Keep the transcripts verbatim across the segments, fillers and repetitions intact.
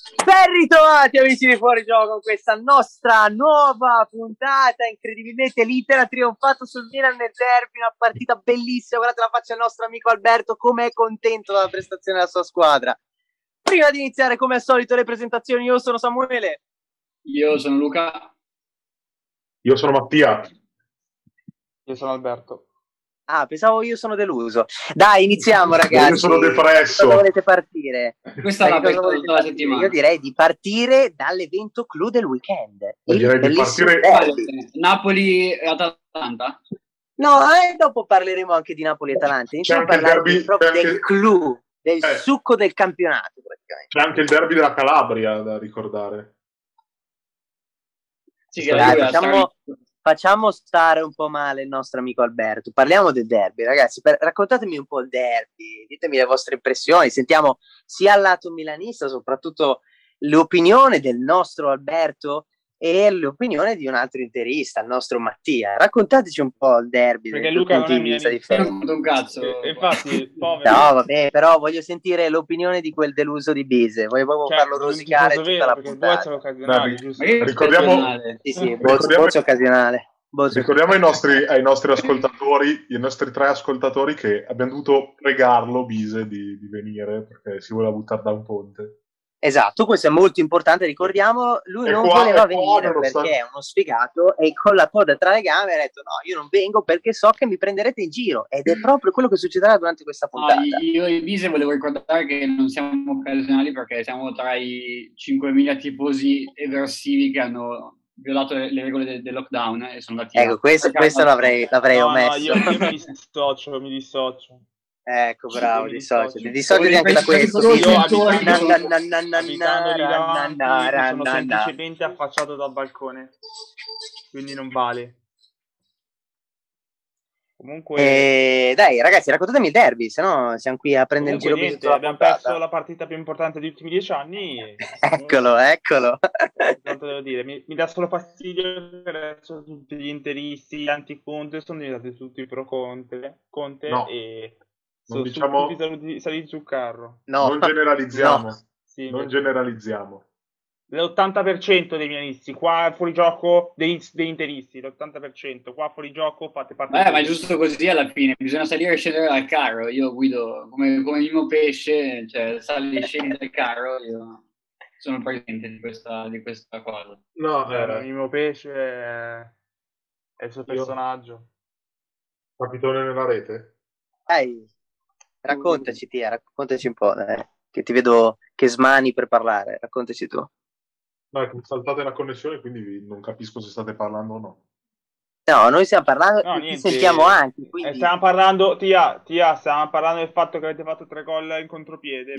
Ben ritrovati amici di Fuori Gioco con questa nostra nuova puntata. Incredibilmente l'Inter ha trionfato sul Milan nel derby, una partita bellissima. Guardate la faccia del nostro amico Alberto, come è contento della prestazione della sua squadra. Prima di iniziare, come al solito, le presentazioni, io sono Samuele. Io sono Luca. Io sono Mattia. Io sono Alberto. Ah, pensavo io sono deluso. Dai, iniziamo ragazzi. Io sono depresso. Cosa volete partire? Questa è la cosa volete partire? settimana. Io direi di partire dall'evento clou del weekend. Io direi di partire Napoli-Atalanta. No, e eh, dopo parleremo anche di Napoli e Atalanta. Iniziamo a parlare derby, proprio del anche... clou, del eh. succo del campionato praticamente. C'è anche il derby della Calabria da ricordare. Sì, Dai, facciamo... Facciamo stare un po' male il nostro amico Alberto. Parliamo del derby, ragazzi. Per, raccontatemi un po' il derby, ditemi le vostre impressioni. Sentiamo sia al lato milanista, soprattutto l'opinione del nostro Alberto e l'opinione di un altro interista, il nostro Mattia. Raccontateci un po' il derby. Perché Luca non è milanista, un cazzo. E, infatti, povero. No, vabbè, però voglio sentire l'opinione di quel deluso di Bise. Voglio proprio cioè, farlo rosicare tutta vero, la puntata. Occasionali, Beh, ricordiamo, sì, sì, ricordiamo, bozzo occasionale. Ricordiamo ai nostri, ai nostri ascoltatori, i nostri tre ascoltatori, che abbiamo dovuto pregarlo, Bise, di, di venire perché si voleva buttare da un ponte. Esatto, questo è molto importante, ricordiamo, lui e non qua, voleva venire perché sta... è uno sfigato e con la coda tra le gambe ha detto no, io non vengo perché so che mi prenderete in giro ed è proprio quello che succederà durante questa puntata. No, io e Bise volevo ricordare che non siamo occasionali perché siamo tra i cinquemila tifosi eversivi che hanno violato le, le regole del, del lockdown e sono andati ecco, questo, questo l'avrei, l'avrei no, omesso. No, io, io mi dissocio, mi dissocio. Ecco, bravo, di socio, di socio anche da questo. Io abitando lì davanti, sono semplicemente affacciato dal balcone, quindi non vale. Comunque, eh, dai, ragazzi, raccontatemi il derby, se no siamo qui a prendere Comunque, il giro. Niente, abbiamo perso la partita più importante degli ultimi dieci anni. Eccolo, eccolo. Tanto devo dire, mi, mi dà solo fastidio che adesso tutti gli interisti anti-Conte sono diventati tutti pro Conte, Conte no. e non sono diciamo, tutti saliti, saliti sul carro. No. Non generalizziamo. No. Sì, non generalizziamo. L'ottanta per cento dei milanesi, qua fuori gioco dei, dei interisti, l'ottanta per cento, qua fuori gioco fate parte. Beh, ma è giusto così alla fine, bisogna salire e scendere dal carro, io guido come, come Mimo Pesce, cioè sali e scendi dal carro, io sono presente di questa, di questa cosa. No, eh, Mimo Pesce è, è il suo personaggio. Capitone nella rete? Dai, raccontaci Tia, raccontaci un po', dai, che ti vedo che smani per parlare, raccontaci tu. No, è saltate la connessione, quindi non capisco se state parlando o no. No, noi stiamo parlando, no, ti niente, sentiamo anche. Quindi... Eh, stiamo parlando, Tia, Tia, stiamo parlando del fatto che avete fatto tre gol in contropiede.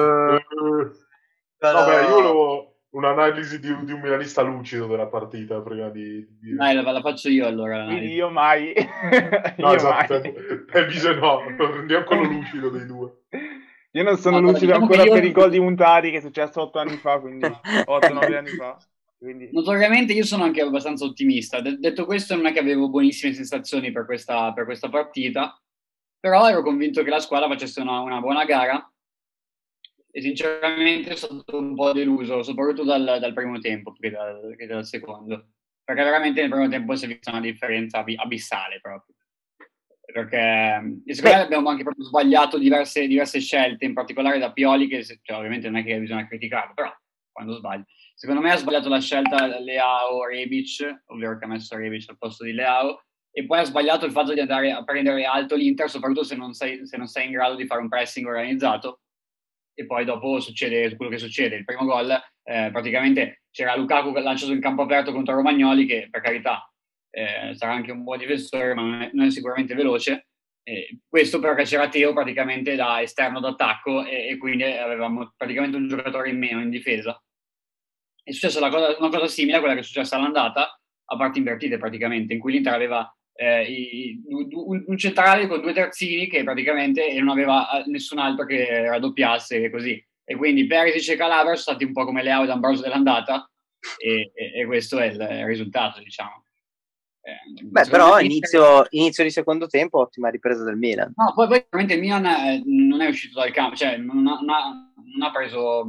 Vabbè, io volevo un'analisi di, di un milanista lucido della partita prima di... di... Dai, la, la faccio io allora. Quindi io mai. No, io esatto, mai. è viso no, prendiamo quello lucido dei due. Io non sono allora, lucido diciamo ancora io... per i gol di Montari che è successo otto anni fa, quindi otto nove anni fa. Quindi... Notoriamente io sono anche abbastanza ottimista. De- detto questo, non è che avevo buonissime sensazioni per questa, per questa partita, però ero convinto che la squadra facesse una, una buona gara e sinceramente sono stato un po' deluso, soprattutto dal, dal primo tempo che dal, che dal secondo, perché veramente nel primo tempo si è vista una differenza ab- abissale proprio. Perché secondo me abbiamo anche proprio sbagliato diverse, diverse scelte, in particolare da Pioli, che cioè, ovviamente non è che bisogna criticarlo, però quando sbagli. Secondo me ha sbagliato la scelta Leao-Rebic, ovvero che ha messo Rebic al posto di Leao, e poi ha sbagliato il fatto di andare a prendere alto l'Inter, soprattutto se non sei, se non sei in grado di fare un pressing organizzato, e poi dopo succede quello che succede. Il primo gol, eh, praticamente c'era Lukaku lanciato in campo aperto contro Romagnoli, che per carità Eh, sarà anche un buon difensore, ma non è, non è sicuramente veloce. Eh, questo perché c'era Teo praticamente da esterno d'attacco e, e quindi avevamo praticamente un giocatore in meno in difesa. È successa la cosa, una cosa simile a quella che è successa all'andata, a parti invertite praticamente, in cui l'Inter aveva eh, i, un, un centrale con due terzini che praticamente e non aveva nessun altro che raddoppiasse e così. E quindi Perisic e Calabria sono stati un po' come Leao ed Ambrosio dell'andata e, e, e questo è il, il risultato, diciamo. Eh, Beh, però inizio, inizio di secondo tempo, ottima ripresa del Milan. No, poi, poi veramente il Milan eh, non è uscito dal campo, cioè non ha, non ha, non ha preso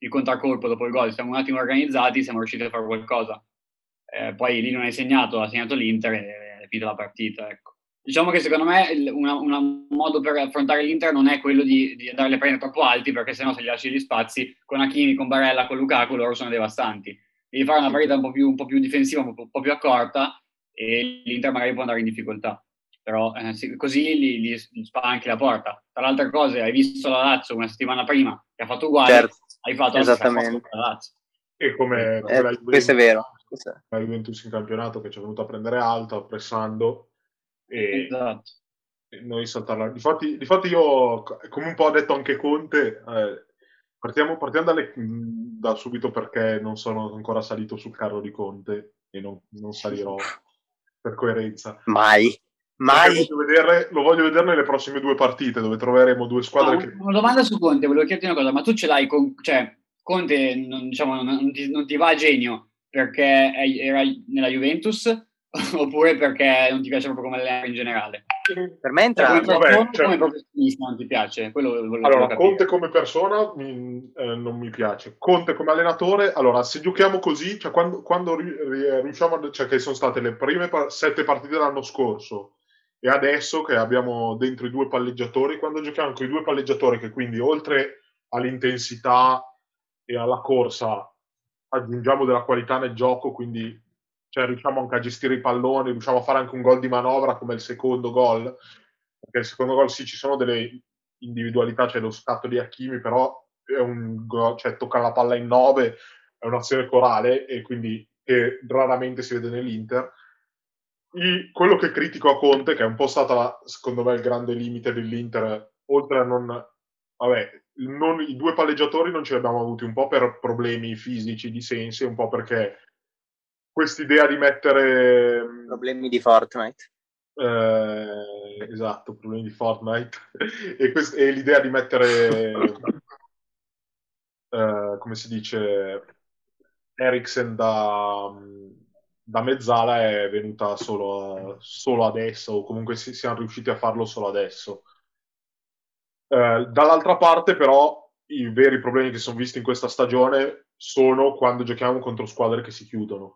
il contraccolpo dopo il gol, siamo un attimo organizzati, siamo riusciti a fare qualcosa. Eh, poi lì non hai segnato, ha segnato l'Inter e è finita la partita, ecco. Diciamo che secondo me un modo per affrontare l'Inter non è quello di, di andare a prendere troppo alti, perché sennò se gli lasci gli spazi, con Hakimi, con Barella, con Lukaku, loro sono devastanti. Devi fare una partita un po' più, un po' più difensiva, un po', un po' più accorta, e l'Inter magari può andare in difficoltà. Però eh, sì, così gli, gli, gli spalanchi la porta. Tra le altre cose, hai visto la Lazio una settimana prima che ha fatto uguale, certo, hai fatto esattamente. la Lazio. E come, come eh, la Juventus, questo è vero. la Juventus in campionato che ci è venuto a prendere alto, pressando, e, esatto. e noi saltarla. Difatti, difatti io, come un po' ha detto anche Conte, eh, partiamo, partiamo dalle, da subito, perché non sono ancora salito sul carro di Conte e non, non salirò per coerenza. Mai. Mai. Voglio vedere, lo voglio vedere nelle prossime due partite, dove troveremo due squadre no, che... Una domanda su Conte, volevo chiederti una cosa, ma tu ce l'hai con... Cioè, Conte non, diciamo, non, ti, non ti va a genio perché era nella Juventus oppure perché non ti piace proprio come allenatore in generale? Per me entra... Cioè, come persona Vabbè, cioè... come professionista non ti piace? Quello volevo allora, capire. Conte come persona mi, eh, non mi piace. Conte come allenatore, allora, se giochiamo così, cioè quando, quando riusciamo, a, cioè che sono state le prime par- sette partite dell'anno scorso e adesso che abbiamo dentro i due palleggiatori, quando giochiamo con i due palleggiatori, che quindi oltre all'intensità e alla corsa aggiungiamo della qualità nel gioco, quindi cioè, riusciamo anche a gestire i palloni, riusciamo a fare anche un gol di manovra come il secondo gol, perché il secondo gol sì, ci sono delle individualità, c'è lo scatto di Hakimi, però è un gol, cioè tocca la palla in nove, è un'azione corale e quindi che raramente si vede nell'Inter. I, quello che critico a Conte, che è un po' stata la, secondo me il grande limite dell'Inter, oltre a non vabbè, non, i due palleggiatori non ce li abbiamo avuti un po' per problemi fisici di sensi, un po' perché quest'idea di mettere problemi di Fortnite. Eh, esatto, problemi di Fortnite e, quest- e l'idea di mettere eh, come si dice Eriksen da, da mezzala è venuta solo, solo adesso, o comunque si, siamo riusciti a farlo solo adesso. Eh, dall'altra parte però i veri problemi che sono visti in questa stagione sono quando giochiamo contro squadre che si chiudono,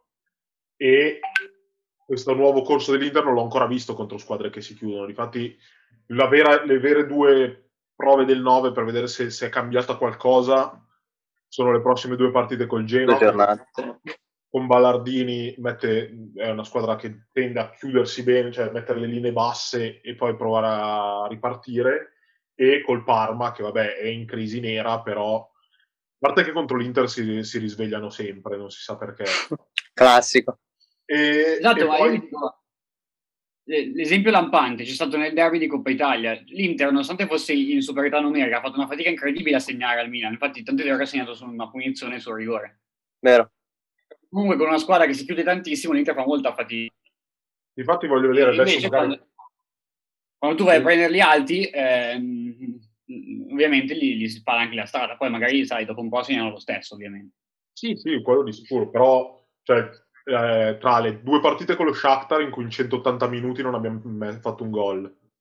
e questo nuovo corso dell'Inter non l'ho ancora visto contro squadre che si chiudono. Infatti la vera, le vere due prove del nove per vedere se, se è cambiata qualcosa sono le prossime due partite col Genoa. Due giornate. Con Ballardini mette, è una squadra che tende a chiudersi bene, cioè mettere le linee basse e poi provare a ripartire, e col Parma che vabbè è in crisi nera, però a parte che contro l'Inter si, si risvegliano sempre, non si sa perché. Classico. E, esatto, e ma poi... io vi dico, l'esempio lampante c'è stato nel derby di Coppa Italia. L'Inter, nonostante fosse in superiorità numerica, ha fatto una fatica incredibile a segnare al Milan. Infatti, tanto di ora ha segnato su una punizione sul rigore. Vero. Comunque, con una squadra che si chiude tantissimo, l'Inter fa molta fatica. Infatti, voglio vedere e adesso. Invece, Magari... quando, quando tu vai a prenderli alti, ehm, ovviamente gli, gli si spara anche la strada. Poi, magari, sai, dopo un po' segnano lo stesso, ovviamente. Sì, sì, quello di sicuro. Però, cioè, eh, tra le due partite con lo Shakhtar in cui in centottanta minuti non abbiamo fatto un gol,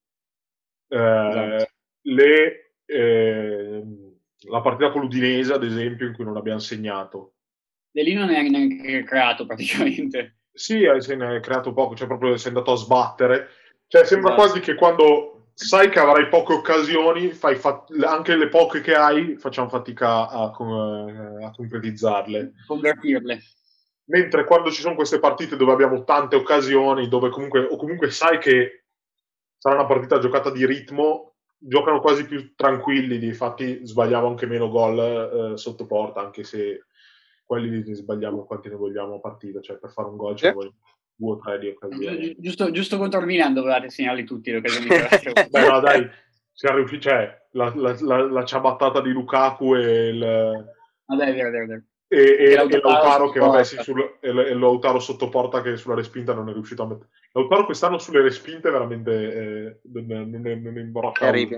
eh, esatto. le, eh, la partita con l'Udinese ad esempio in cui non abbiamo segnato, e lì non è neanche creato praticamente. Sì, se ne è creato poco, cioè proprio sei andato a sbattere, cioè sembra esatto. Quasi che quando sai che avrai poche occasioni, fai fat- anche le poche che hai facciamo fatica a, a concretizzarle, convertirle. Mentre quando ci sono queste partite dove abbiamo tante occasioni, dove comunque, o comunque sai che sarà una partita giocata di ritmo, giocano quasi più tranquilli, infatti sbagliamo anche meno gol eh, sotto porta, anche se quelli li sbagliamo quanti ne vogliamo a partita, cioè per fare un gol ci vuole due o tre di occasioni. Giusto, giusto contro il Milan dovevate segnarli tutti le occasioni. Beh no dai, siamo riusciti, cioè la, la, la, la ciabattata di Lukaku e il... Vabbè, è vero, è vero, è vero. E, e, e Lautaro, e Lautaro che vabbè sì, sul, e, e Lautaro sotto porta che sulla respinta non è riuscito a mettere. Lautaro quest'anno sulle respinte veramente eh, non, non, è, non è imbrocca uno.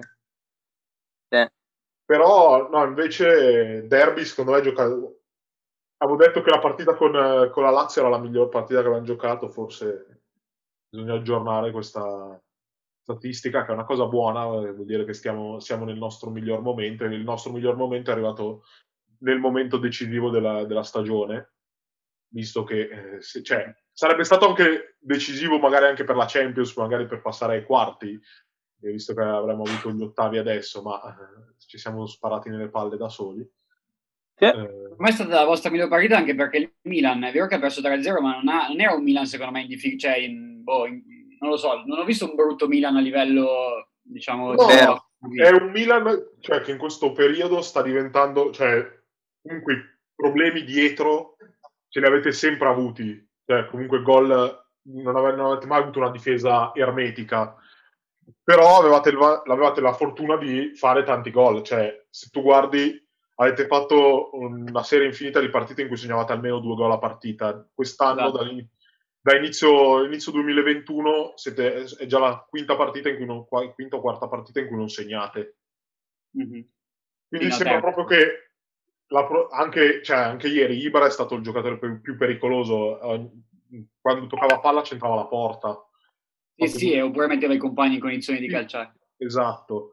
Eh. Però no, invece Derby secondo me giocato. Avevo detto che la partita con, con la Lazio era la miglior partita che avevamo giocato, forse bisogna aggiornare questa statistica, che è una cosa buona, vuol dire che stiamo, siamo nel nostro miglior momento, e il nostro miglior momento è arrivato nel momento decisivo della, della stagione, visto che eh, se, cioè, sarebbe stato anche decisivo magari anche per la Champions, magari per passare ai quarti, visto che avremmo avuto gli ottavi adesso, ma eh, ci siamo sparati nelle palle da soli. Sì. Eh, Ma è stata la vostra migliore partita, anche perché il Milan è vero che ha perso tre a zero, ma non, ha, non era un Milan secondo me in difficoltà, cioè in, boh, in, non lo so, non ho visto un brutto Milan a livello, diciamo, no, di... è un Milan, cioè, che in questo periodo sta diventando, cioè, comunque i problemi dietro ce li avete sempre avuti, cioè comunque gol non avete, non avete mai avuto una difesa ermetica, però avevate, il, avevate la fortuna di fare tanti gol, cioè se tu guardi avete fatto una serie infinita di partite in cui segnavate almeno due gol a partita. Quest'anno, Esatto. da, da inizio, inizio duemilaventuno, siete, è già la quinta partita in cui non, quinta o quarta partita in cui non segnate. Mm-hmm. Quindi sì, sembra no, proprio che la, anche, cioè, anche ieri Ibra è stato il giocatore più, più pericoloso. Quando toccava palla c'entrava la porta. Sì, sì, oppure metteva i compagni in condizioni di calciare. Esatto.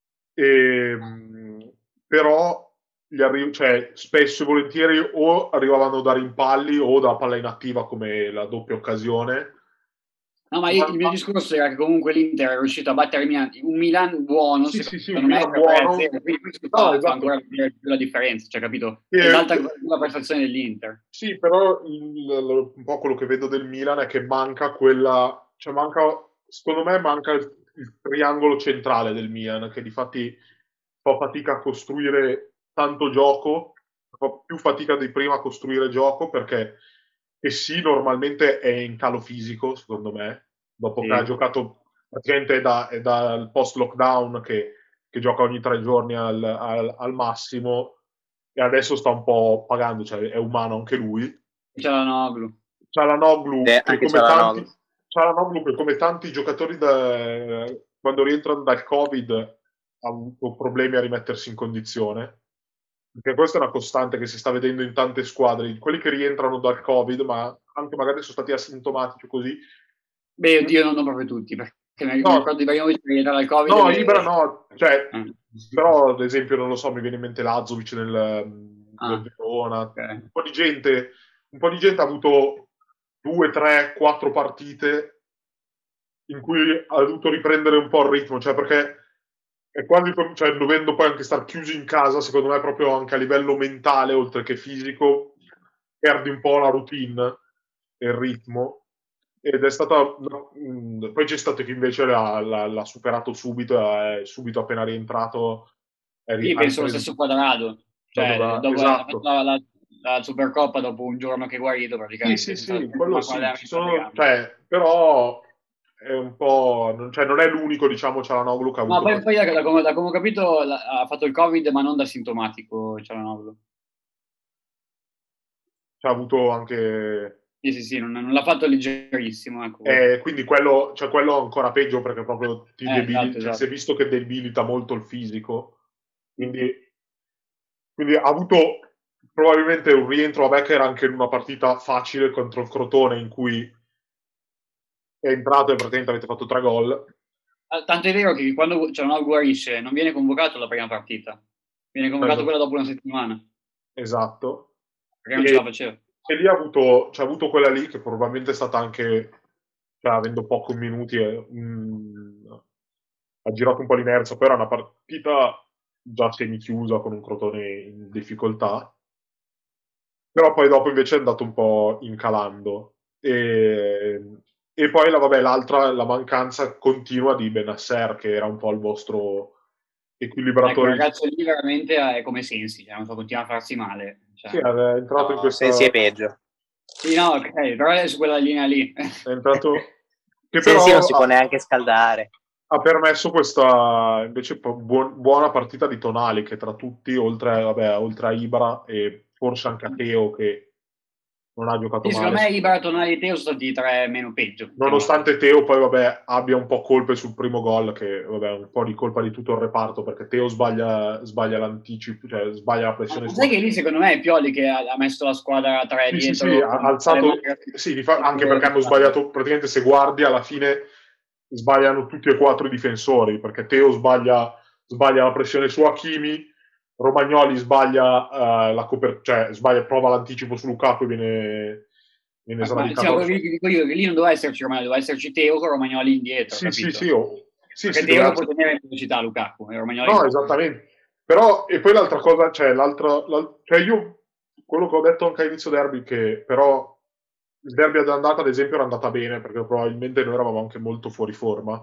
E, però gli arri- cioè, spesso e volentieri o arrivavano da rimpalli o da palla inattiva come la doppia occasione. No, ma io, il mio discorso era che comunque l'Inter è riuscito a battere il Milan, un Milan buono, sì, sì, sì, un me Milan buono. quindi questo no, fa, esatto. fa ancora più la differenza, cioè, capito? E, è l'alta la prestazione dell'Inter. Sì, però il, il, un po' quello che vedo del Milan è che manca quella, cioè manca, secondo me manca il, il triangolo centrale del Milan, che difatti fa fatica a costruire tanto gioco, fa più fatica di prima a costruire gioco, perché che sì, normalmente è in calo fisico, secondo me, dopo sì. che ha giocato, la gente è, da, è dal post-lockdown che, che gioca ogni tre giorni al, al, al massimo, e adesso sta un po' pagando, cioè è umano anche lui. C'è la Noglu. C'è la Noglu, eh, che come tanti, c'è la Noglu che come tanti giocatori da, quando rientrano dal Covid ha avuto problemi a rimettersi in condizione, perché questa è una costante che si sta vedendo in tante squadre, quelli che rientrano dal Covid, ma anche magari sono stati asintomatici così. Beh, oddio, non, non proprio tutti, perché mi, no, mi ricordo di Ibrahimovic che rientrava dal Covid. No, e... Ibra no, cioè, eh. però ad esempio, non lo so, mi viene in mente Lazovic nel, ah, nel Verona, okay. un po' di gente, un po' di gente ha avuto due, tre, quattro partite in cui ha dovuto riprendere un po' il ritmo, cioè perché è quasi, cioè, dovendo poi anche stare chiusi in casa, secondo me proprio anche a livello mentale, oltre che fisico, perdi un po' la routine e il ritmo. Ed è stata no, mh, poi c'è stato chi invece l'ha, l'ha, l'ha superato subito, è subito appena rientrato. È Sì, penso lo stesso Quadrado, cioè doveva, dopo esatto. la, la, la Supercoppa, dopo un giorno che è guarito praticamente. Sì, sì, sì, quello sì, ci sono, cioè, però è un po', cioè non è l'unico, diciamo, Cialanoglu che ha avuto. No, poi, poi da, da, come, da come ho capito la, ha fatto il Covid, ma non da sintomatico Cialanoglu. C'ha avuto anche. Sì, sì, sì, non, non l'ha fatto leggerissimo. Ecco. Eh, quindi quello, cioè quello ancora peggio, perché proprio ti eh, debilita, esatto, cioè, esatto. si è visto che debilita molto il fisico. Quindi, quindi ha avuto probabilmente un rientro a Becker anche in una partita facile contro il Crotone, in cui è entrato e praticamente avete fatto tre gol. Tanto è vero che quando Cialanoglu guarisce non viene convocato la prima partita, viene convocato esatto. Quella dopo una settimana. Esatto. Perché non e, ce la faceva. E lì ha avuto, cioè, ha avuto quella lì che probabilmente è stata anche, cioè, avendo pochi minuti, e, mh, ha girato un po' l'inerzia, però è una partita già semi-chiusa con un Crotone in difficoltà. Però poi dopo invece è andato un po' incalando. E, e poi la, vabbè, l'altra, la mancanza continua di Benasser, che era un po' il vostro equilibratore. Ecco, ragazzo lì veramente è come Sensi, cioè, non so, continua a farsi male. Cioè, sì, è entrato no, in questa... Sensi è peggio. Sì, no, ok, però è su quella linea lì. È entrato... Che Sensi però non si ha... può neanche scaldare. Ha permesso questa invece buon, buona partita di Tonali, che tra tutti, oltre, vabbè, oltre a Ibra e forse anche a Teo, che non ha giocato sì, male. Secondo me Ibra, Tonali e Teo sono stati i tre meno peggio. Nonostante Teo poi vabbè abbia un po' colpe sul primo gol, che vabbè un po' di colpa di tutto il reparto, perché Teo sbaglia, sbaglia l'anticipo, cioè sbaglia la pressione. Ma sai che lì secondo me è Pioli che ha, ha messo la squadra a tre sì, dietro. Sì, sì, ha alzato, sì, anche perché hanno sbagliato, praticamente se guardi alla fine sbagliano tutti e quattro i difensori, perché Teo sbaglia, sbaglia la pressione su Hakimi, Romagnoli sbaglia uh, la coper- cioè sbaglia, prova l'anticipo su Lukaku e viene, viene sradicato. Ma diciamo, dico io che lì non doveva esserci Romagnoli, doveva esserci Teo con Romagnoli indietro, sì, capito? sì, sì, oh. sì, perché sì, Teo doveva... può tenere in velocità Lukaku e Romagnoli no, no. esattamente. Però, e poi l'altra cosa, cioè, l'altro, l'altro, cioè io, quello che ho detto anche all'inizio derby, che però il derby d'andata, ad esempio, era andata bene, perché probabilmente noi eravamo anche molto fuori forma.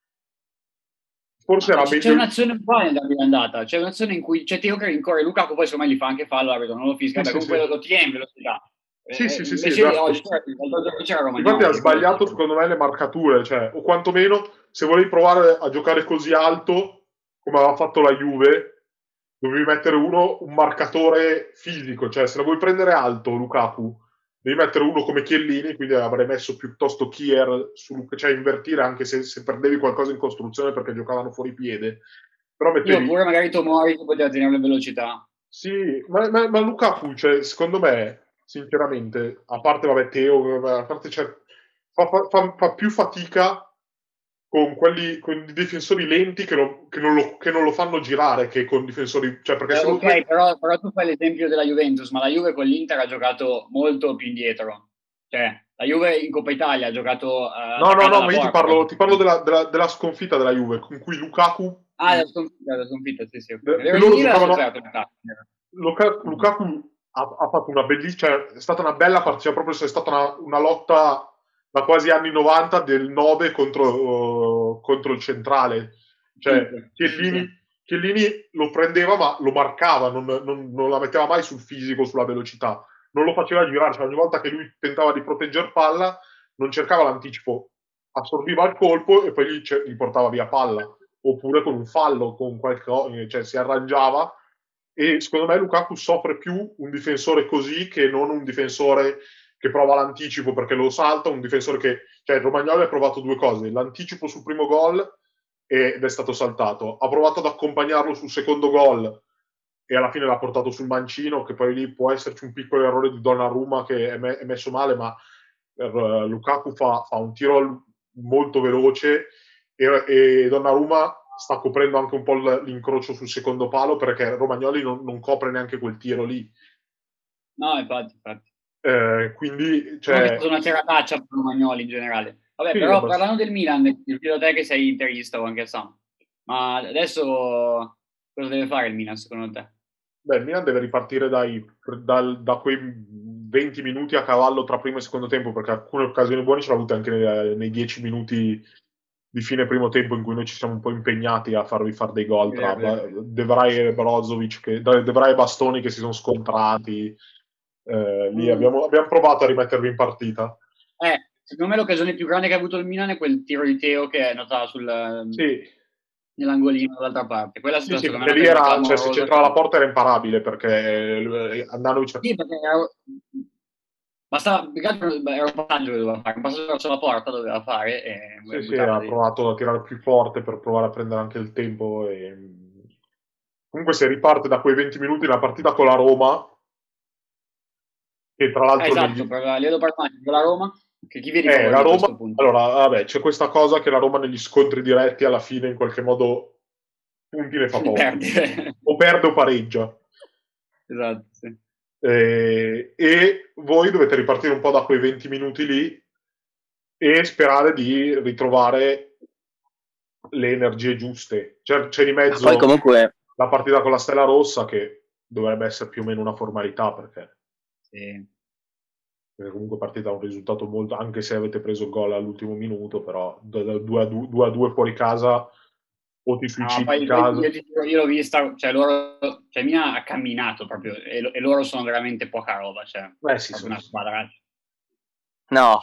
Forse no, era c'è, meglio... c'è un'azione un po' nel derby d'andata, c'è un'azione in cui c'è Teo che rincorre Lukaku, poi insomma gli fa anche fallo, l'arbitro non lo fischia, sì, beh, sì, comunque sì. lo tiene in velocità. Sì, Eh, sì, sì, sì, invece esatto. oggi c'era, c'era Romagnoli. Infatti ha sbagliato secondo me le marcature, cioè, o quantomeno se volevi provare a giocare così alto come aveva fatto la Juve, dovevi mettere uno, un marcatore fisico, cioè se la vuoi prendere alto Lukaku, devi mettere uno come Chiellini, quindi avrei messo piuttosto Kier, su, cioè invertire anche se, se perdevi qualcosa in costruzione perché giocavano fuori piede. Però mettevi... Io pure magari Tomori che poteva tenere le velocità. Sì, ma, ma, ma Lukaku, cioè, secondo me, sinceramente, a parte vabbè Teo, a parte cioè, fa, fa, fa più fatica con quelli con i difensori lenti che, non, che, non lo, che non lo fanno girare che con difensori, cioè perché Eh, se ok, non... però, però tu fai l'esempio della Juventus, ma la Juve con l'Inter ha giocato molto più indietro. Cioè, la Juve in Coppa Italia ha giocato uh, no no attaccata no alla ma io ti porta. parlo, ti parlo della, della, della sconfitta della Juve con cui Lukaku Ah, la sconfitta, la sconfitta, sì, sì. che Vero, loro lì l'ha giocavano sofferto Lukaku. Lukaku, Lukaku ha, ha fatto una bellissima, cioè, è stata una bella partita, proprio è stata una, una lotta da quasi anni novanta del nove contro, uh, contro il centrale, cioè Chiellini, Chiellini lo prendeva ma lo marcava, non, non, non la metteva mai sul fisico, sulla velocità, non lo faceva girare, cioè ogni volta che lui tentava di proteggere palla non cercava l'anticipo, assorbiva il colpo e poi gli, gli portava via palla, oppure con un fallo, con qualcosa, cioè si arrangiava. E secondo me Lukaku soffre più un difensore così che non un difensore che prova l'anticipo perché lo salta, un difensore che, cioè Romagnoli ha provato due cose, l'anticipo sul primo gol ed è stato saltato, ha provato ad accompagnarlo sul secondo gol e alla fine l'ha portato sul mancino, che poi lì può esserci un piccolo errore di Donnarumma che è, me- è messo male, ma per, uh, Lukaku fa, fa un tiro molto veloce e, e Donnarumma sta coprendo anche un po' l'incrocio sul secondo palo perché Romagnoli non, non copre neanche quel tiro lì. No, infatti, infatti. Eh, quindi, cioè... Non è stata una cerataccia per Romagnoli in generale. Vabbè, sì, però ma... parlando del Milan, io chiedo a te che sei interista o anche Sam, ma adesso cosa deve fare il Milan secondo te? Beh, il Milan deve ripartire dai, dal, da quei venti minuti a cavallo tra primo e secondo tempo, perché alcune occasioni buone ce l'ha avute anche nei, nei dieci minuti di fine primo tempo in cui noi ci siamo un po' impegnati a farvi fare dei gol tra De Vrij e Brozovic, che, De Vrij e Bastoni che si sono scontrati. Eh, lì mm. abbiamo, abbiamo provato a rimettervi in partita. Eh, secondo me l'occasione più grande che ha avuto il Milan è quel tiro di Teo che è andata sul... Sì. nell'angolino dall'altra parte. Quella sì, sì, perché lì era, cioè, se c'entrava la porta era imparabile perché andando sì, perché era... bastava, era un passaggio che doveva fare, un passaggio verso la porta doveva fare e sì, sì, ha provato a tirare più forte per provare a prendere anche il tempo e... comunque se riparte da quei venti minuti la partita con la Roma che tra l'altro eh, esatto, negli... per l'Edo Parmaggi con la Roma che chi vedi eh, la Roma, a questo punto? Allora, vabbè, c'è questa cosa che la Roma negli scontri diretti alla fine in qualche modo punti ne fa pochi. Perde. O perde o pareggia. Esatto, sì. Eh, e voi dovete ripartire un po' da quei venti minuti lì e sperare di ritrovare le energie giuste. C'è, c'è di mezzo poi comunque... la partita con la Stella Rossa che dovrebbe essere più o meno una formalità perché... Sì. comunque partita un risultato molto, anche se avete preso il gol all'ultimo minuto, però due a due fuori casa o ti suicidi ah, in casa. Io, io, io l'ho vista, cioè loro, cioè Mina ha camminato proprio e, e loro sono veramente poca roba, cioè Beh, sì, proprio sì, una sì. squadra. No.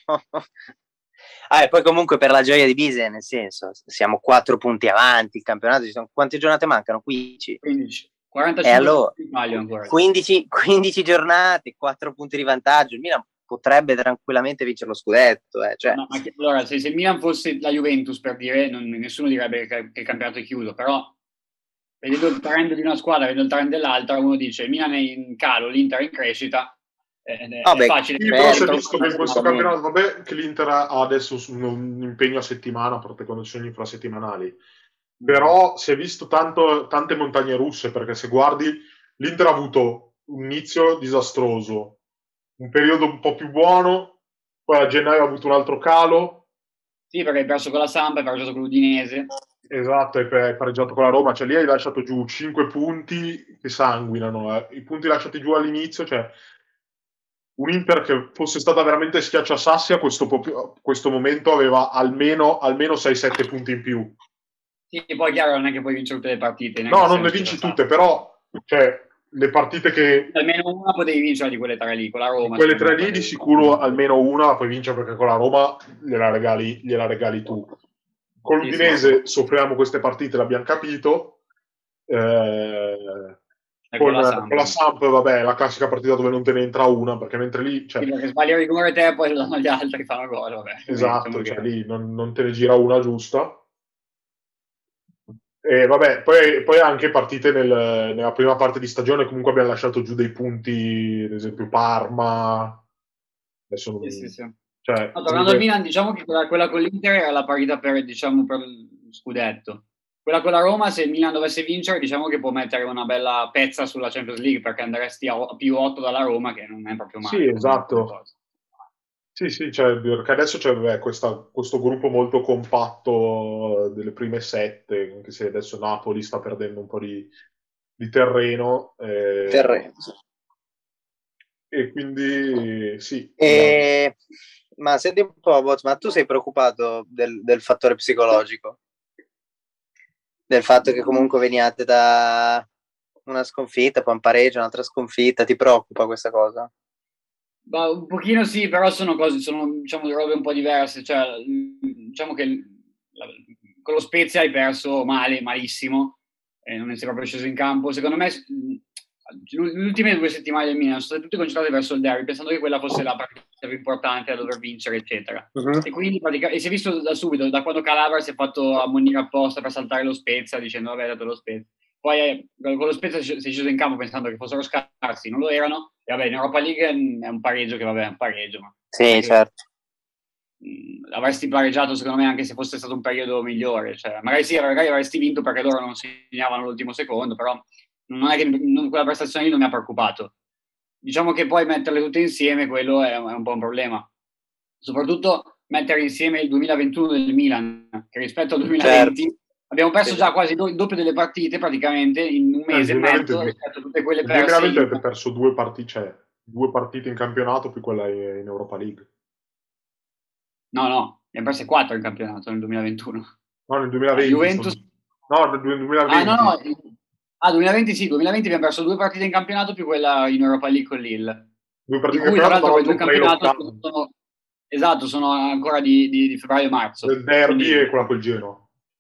Ah, e poi comunque per la gioia di Bise, nel senso, siamo quattro punti avanti, il campionato, ci sono... quante giornate mancano? quindici? quindici. quarantacinque e allora, ancora. quindici, quindici giornate, quattro punti di vantaggio, il Milan potrebbe tranquillamente vincere lo scudetto. Eh. Cioè... No, ma che, allora, se, se il Milan fosse la Juventus, per dire, non, nessuno direbbe che, che il campionato è chiuso, però vedendo il trend di una squadra, vedendo il trend dell'altra, uno dice il Milan è in calo, l'Inter è in crescita, eh, oh, è beh, facile. Sì, però si è visto che in questo campionato, vabbè, che l'Inter ha adesso un impegno a settimana, a parte quando ci sono gli infrasettimanali, però si è visto tanto, tante montagne russe, perché se guardi l'Inter ha avuto un inizio disastroso, un periodo un po' più buono, poi a gennaio ha avuto un altro calo. Sì, perché hai perso con la Samp, hai pareggiato con l'Udinese. Esatto, hai pareggiato con la Roma, cioè lì hai lasciato giù cinque punti che sanguinano, eh. I punti lasciati giù all'inizio, cioè un Inter che fosse stata veramente schiacciasassi a questo, po- questo momento aveva almeno, almeno sei sette punti in più. Sì, poi chiaro non è che puoi vincere tutte le partite. No, non ne vinci tutte, però cioè, le partite che... Almeno una potevi vincere di quelle tre lì, con la Roma. Quelle tre lì di sicuro almeno una la puoi vincere, perché con la Roma gliela regali, gliela regali tu. Con l'Udinese sì, sì. Soffriamo queste partite, l'abbiamo capito. Eh, con, con, la Samp. con la Samp, vabbè, la classica partita dove non te ne entra una, perché mentre lì... Cioè, sì, perché sbagli il rigore te, poi gli altri fanno gol, vabbè. Esatto, diciamo cioè che... lì non, non te ne gira una giusta. E vabbè, poi, poi anche partite nel, nella prima parte di stagione comunque abbiamo lasciato giù dei punti, ad esempio Parma. Adesso non... Sì, sì, sì. Cioè, no, tornando al Milan, diciamo che quella, quella con l'Inter era la parità per, diciamo, per il scudetto. Quella con la Roma, se il Milan dovesse vincere, diciamo che può mettere una bella pezza sulla Champions League, perché andresti a più otto dalla Roma, che non è proprio male. Sì, esatto. Sì, sì, cioè, perché adesso c'è beh, questa, questo gruppo molto compatto delle prime sette, anche se adesso Napoli sta perdendo un po' di, di terreno. Eh, terreno. E quindi sì. E... Ma senti un po', Boz, ma tu sei preoccupato del, del fattore psicologico? Del fatto che comunque veniate da una sconfitta, poi un pareggio, un'altra sconfitta, ti preoccupa questa cosa? Bah, un pochino sì, però sono cose, sono diciamo robe un po' diverse, cioè diciamo che la, con lo Spezia hai perso male, malissimo, e non sei proprio sceso in campo. Secondo me le ultime due settimane del Milan sono state tutte concentrate verso il derby, pensando che quella fosse la partita più importante da dover vincere, eccetera. Uh-huh. E quindi praticamente, e si è visto da subito, da quando Calabria si è fatto ammonire apposta per saltare lo Spezia, dicendo vabbè, dato lo Spezia. Poi eh, con lo Spezia si è sceso in campo pensando che fossero scarsi, non lo erano. E vabbè, in Europa League è un pareggio che vabbè, è un pareggio. Ma sì, certo. Mh, avresti pareggiato secondo me anche se fosse stato un periodo migliore. Cioè, magari sì, magari avresti vinto perché loro non segnavano l'ultimo secondo, però non è che non, quella prestazione lì non mi ha preoccupato. Diciamo che poi metterle tutte insieme, quello è, è un po' un problema. Soprattutto mettere insieme il duemilaventuno del Milan, che rispetto al duemilaventi... Certo. Abbiamo perso già quasi il doppio delle partite praticamente in un mese eh, e mezzo rispetto a tutte quelle perse. Nel duemilaventi avete perso due partite, cioè due partite in campionato più quella in Europa League. No, no, ne abbiamo perse quattro in campionato nel duemilaventuno. No, nel duemilaventi. La Juventus... Sono... No, nel duemilaventi. Ah, no, no. Ah, duemilaventi sì, duemilaventi abbiamo perso due partite in campionato più quella in Europa League con Lille. Due partite in cui, in campionato, tra l'altro l'altro, quei due campionati sono... Esatto, sono ancora di, di, di febbraio e marzo. Del derby quindi... e quella col Genoa.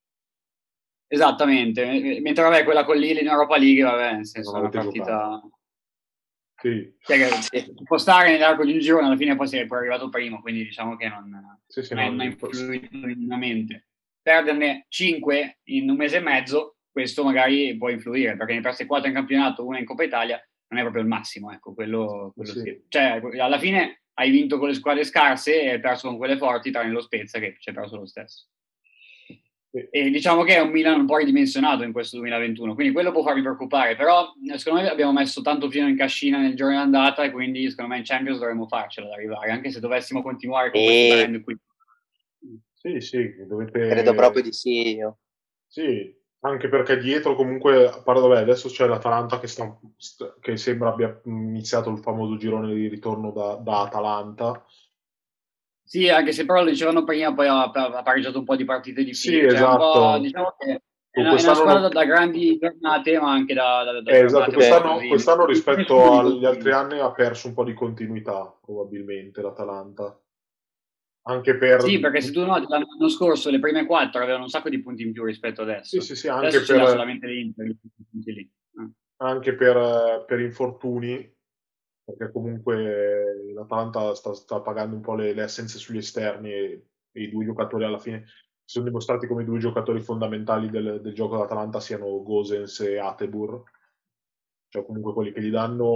Esattamente, mentre vabbè, quella con Lille in Europa League, vabbè, nel senso è una partita... Giocato. Sì. Cioè, che può stare nell'arco di un girone, alla fine poi sei poi arrivato primo, quindi diciamo che non, sì, sì, non, non ha influito minimamente. Perderne cinque in un mese e mezzo, questo magari può influire, perché ne hai perse quattro in campionato, una in Coppa Italia, non è proprio il massimo, ecco, quello, quello sì. Sì. Cioè, alla fine hai vinto con le squadre scarse e hai perso con quelle forti, tranne lo Spezia che ci hai perso lo stesso. Sì. E diciamo che è un Milan un po' ridimensionato in questo duemilaventuno, quindi quello può farmi preoccupare, però secondo me abbiamo messo tanto filo in cascina nel giorno d'andata e quindi secondo me in Champions dovremmo farcela ad arrivare, anche se dovessimo continuare con e... questo trend qui. Sì, sì, dovete... Credo proprio di sì io. Sì, anche perché dietro comunque, a parte, vabbè, adesso c'è l'Atalanta che, sta, che sembra abbia iniziato il famoso girone di ritorno da, da Atalanta. Sì, anche se però lo dicevano prima, poi ha, ha pareggiato un po' di partite di fila. Sì, cioè, esatto. Un po', diciamo che è una, è una squadra da, da grandi giornate, ma anche da, da, da eh, esatto. Quest'anno, così. quest'anno rispetto agli altri anni ha perso un po' di continuità, probabilmente, l'Atalanta. Anche per... Sì, perché se tu noti l'anno scorso le prime quattro avevano un sacco di punti in più rispetto adesso. Sì, sì, sì, anche adesso per... ce l'ha solamente l'Inter, punti lì. Anche per, per infortuni, perché comunque l'Atalanta sta, sta pagando un po' le, le assenze sugli esterni e, e i due giocatori alla fine si sono dimostrati come i due giocatori fondamentali del, del gioco dell'Atalanta siano Gosens e Atebur, cioè comunque quelli che gli danno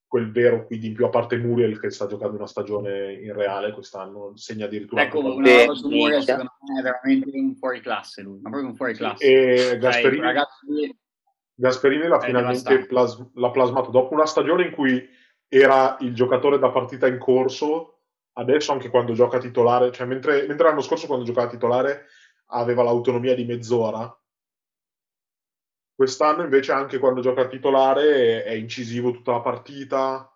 quel vero quid in più, a parte Muriel che sta giocando una stagione in Reale quest'anno, segna addirittura ecco, una una roba su Sì, Muriel minchia. secondo me è veramente un fuoriclasse lui, ma proprio un Sì, fuoriclasse. e Cioè, quel Gasperini, ragazzo lì Gasperini l'ha è finalmente devastante. plas- l'ha plasmato dopo una stagione in cui era il giocatore da partita in corso, adesso anche quando gioca titolare, cioè mentre, mentre l'anno scorso quando giocava titolare aveva l'autonomia di mezz'ora, quest'anno invece anche quando gioca titolare è, è incisivo tutta la partita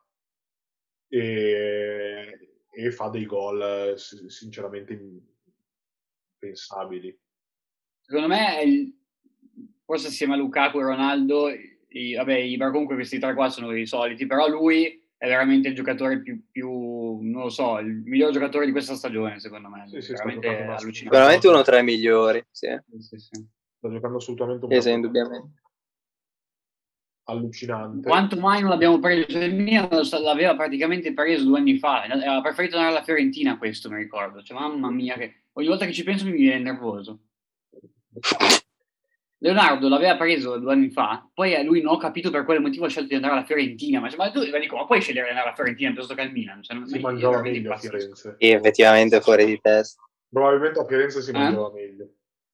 e, e fa dei gol eh, s- sinceramente impensabili. Secondo me, è il, forse assieme a Lukaku e Ronaldo, i, vabbè, i, comunque questi tre qua sono i soliti, però lui è veramente il giocatore più, più, non lo so, il miglior giocatore di questa stagione, secondo me. Sì, sì, sta Veramente giocando una- allucinante. Sicuramente uno tra i migliori, sì. Sì, sì, sì. Sta giocando assolutamente un Sì, sì, campionato indubbiamente. allucinante. Quanto mai non l'abbiamo preso? Il Milan l'aveva praticamente preso due anni fa, aveva preferito andare alla Fiorentina questo, mi ricordo. Cioè, mamma mia, che ogni volta che ci penso mi viene nervoso. Leonardo l'aveva preso due anni fa, poi lui non ho capito per quale motivo ha scelto di andare alla Fiorentina, ma, ma tu ma dico, ma puoi scegliere di andare alla Fiorentina piuttosto che al Milan? Cioè, non, Si io mangiava veramente meglio a impazzisco. Firenze. Sì, effettivamente fuori di testa. Probabilmente a Firenze si Eh? mangiava meglio.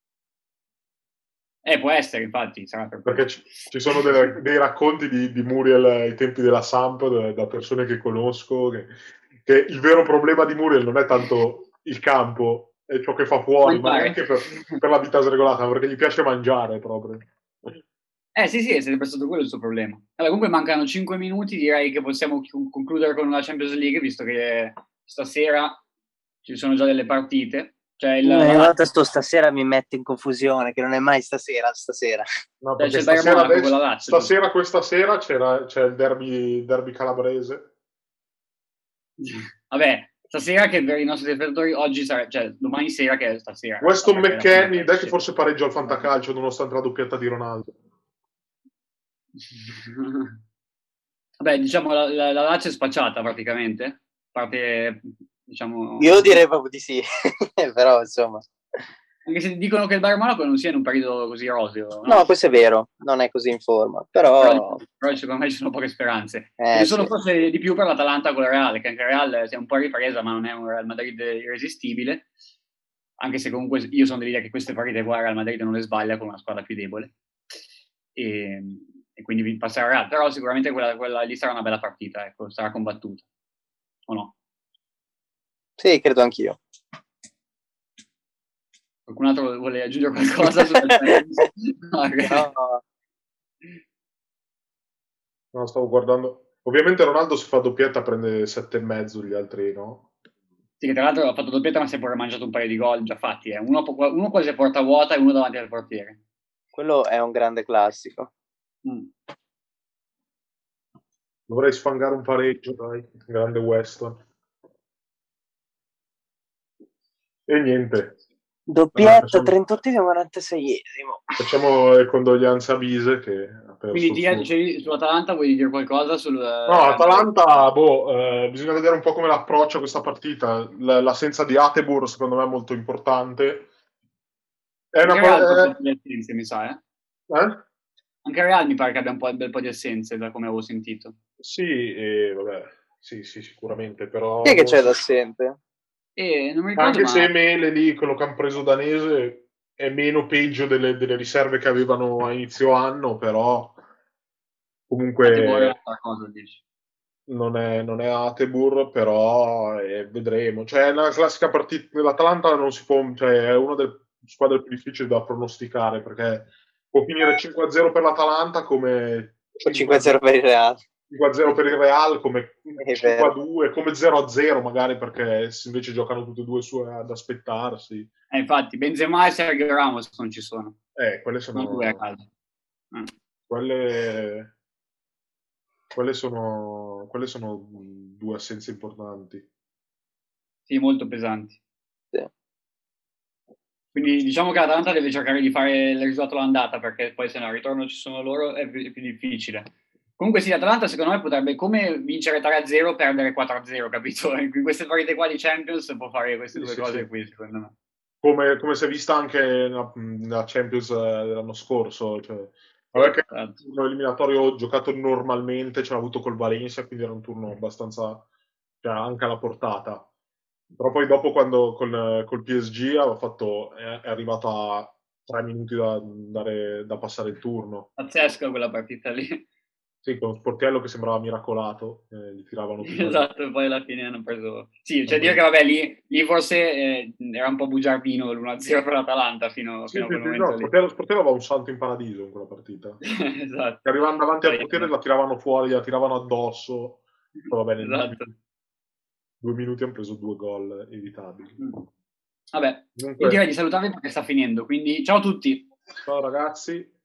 Eh, può essere, infatti, sarà per Perché questo. ci, ci sono delle- dei racconti di, di Muriel ai tempi della Samp, da, da persone che conosco, che, che il vero problema di Muriel non è tanto il campo, è ciò che fa fuori, ma Mangiare. neanche per, per la vita sregolata, ma perché gli piace mangiare proprio. Eh sì, sì, è sempre stato quello il suo problema. Allora, comunque mancano cinque minuti, direi che possiamo chi- concludere con la Champions League, visto che stasera ci sono già delle partite. Cioè il, la Ogni volta Lazio, sto stasera mi mette in confusione, che non è mai stasera, stasera. No, cioè, perché c'è il Bayern stasera, Monaco con la adesso, Lazio. stasera questa sera c'era, c'è il derby, derby calabrese. Vabbè, stasera che per i nostri spettatori oggi sarà, cioè domani sera che è stasera. Weston perché la McKennie, finale dai che esce. forse pareggia al fantacalcio nonostante la doppietta di Ronaldo. Vabbè, diciamo la, la, la Lazio è spacciata praticamente. A parte, diciamo... Io direi proprio di sì, però insomma. Anche se dicono che il Bayern Monaco non sia in un periodo così roseo. No, No, questo è vero, non è così in forma, però, però... però secondo me ci sono poche speranze. Eh, ci sono sì. forse di più per l'Atalanta con il Real, che anche il Real si è un po' ripresa, ma non è un Real Madrid irresistibile. Anche se comunque io sono dell'idea che queste partite qua il Real Madrid non le sbaglia con una squadra più debole. E, e quindi vi passerà il Real. Però sicuramente quella, quella lì sarà una bella partita, ecco, sarà combattuta. O no? Sì, credo anch'io. Qualcun altro vuole aggiungere qualcosa sulla Champions? No, ok. No, No, stavo guardando. Ovviamente Ronaldo si fa doppietta, prende sette e mezzo, gli altri no. Sì, che tra l'altro ha fatto doppietta, ma si è pure mangiato un paio di gol già fatti. Eh. Uno, uno quasi a porta vuota e uno davanti al portiere. quello è un grande classico. Mm. Dovrei sfangare un pareggio, dai. Grande Weston. E niente. Doppietta, Ah, facciamo, trentottesimo, quarantaseiesimo. facciamo le condoglianze a Bise che ha perso Quindi il dire, suo... dicevi, sull'Atalanta vuoi dire qualcosa sul No, Real Madrid? Atalanta, boh, eh, bisogna vedere un po' come l'approccia questa partita. L- l'assenza di Atebur secondo me è molto importante. È una Anche Real pa- ha eh, un po' di assenze, mi sa, eh? eh? Anche Real mi pare che abbia un, po', un bel po' di assenze, da come avevo sentito. Sì, e vabbè, sì, sì, sicuramente, però Chi è che non c'è so- d'assente? E non mi ricordo, anche se ma Mele lì, quello che hanno preso danese, è meno peggio delle, delle riserve che avevano a inizio anno, però Atebor è comunque un'altra cosa, dici. non è, non è Atebur, però eh, vedremo. Cioè, è una classica partita. L'Atalanta non si può, cioè, è una delle squadre più difficili da pronosticare perché può finire cinque a zero per l'Atalanta come cinque a zero per il Real. cinque a zero per il Real, come È cinque a vero. due, come zero a zero magari perché invece giocano tutti e due su ad aspettarsi. Eh, infatti, Benzema e Sergio Ramos non ci sono. Eh, quelle Sono due a sono caso. Mm. quelle quelle sono quelle sono due assenze importanti. Sì, molto pesanti. Sì. Quindi diciamo che l'Atalanta deve cercare di fare il risultato all'andata, perché poi se no al ritorno ci sono loro è più, è più difficile. Comunque sì, l'Atalanta secondo me potrebbe come vincere tre a zero, perdere quattro a zero, capito? In queste partite qua di Champions può fare queste Sì, due sì, cose sì. qui, secondo me. Come, come si è vista anche nella, nella Champions eh, dell'anno scorso, cioè, Vabbè che Esatto. il turno eliminatorio giocato normalmente ce l'ha avuto col Valencia, quindi era un turno abbastanza, cioè, anche alla portata. Però poi dopo quando col, col P S G aveva fatto, è, è arrivato a tre minuti da, andare, da passare il turno. Pazzesca quella partita lì. Sì, con Sportiello che sembrava miracolato, eh, gli tiravano più. Esatto, e poi alla fine hanno preso... Sì, cioè dire che vabbè, lì, lì forse eh, era un po' bugiardino l'uno a zero per l'Atalanta fino, Sì, fino a sì, quel sì, momento no, lì. Sportiello, Sportiello aveva un salto in paradiso in quella partita. Esatto. Che arrivavano davanti al Poi, portiere, la tiravano fuori, la tiravano addosso. Poi, vabbè, nel esatto. due minuti hanno preso due gol evitabili. Vabbè, Comunque, io direi di salutarvi perché sta finendo, quindi ciao a tutti. ciao ragazzi.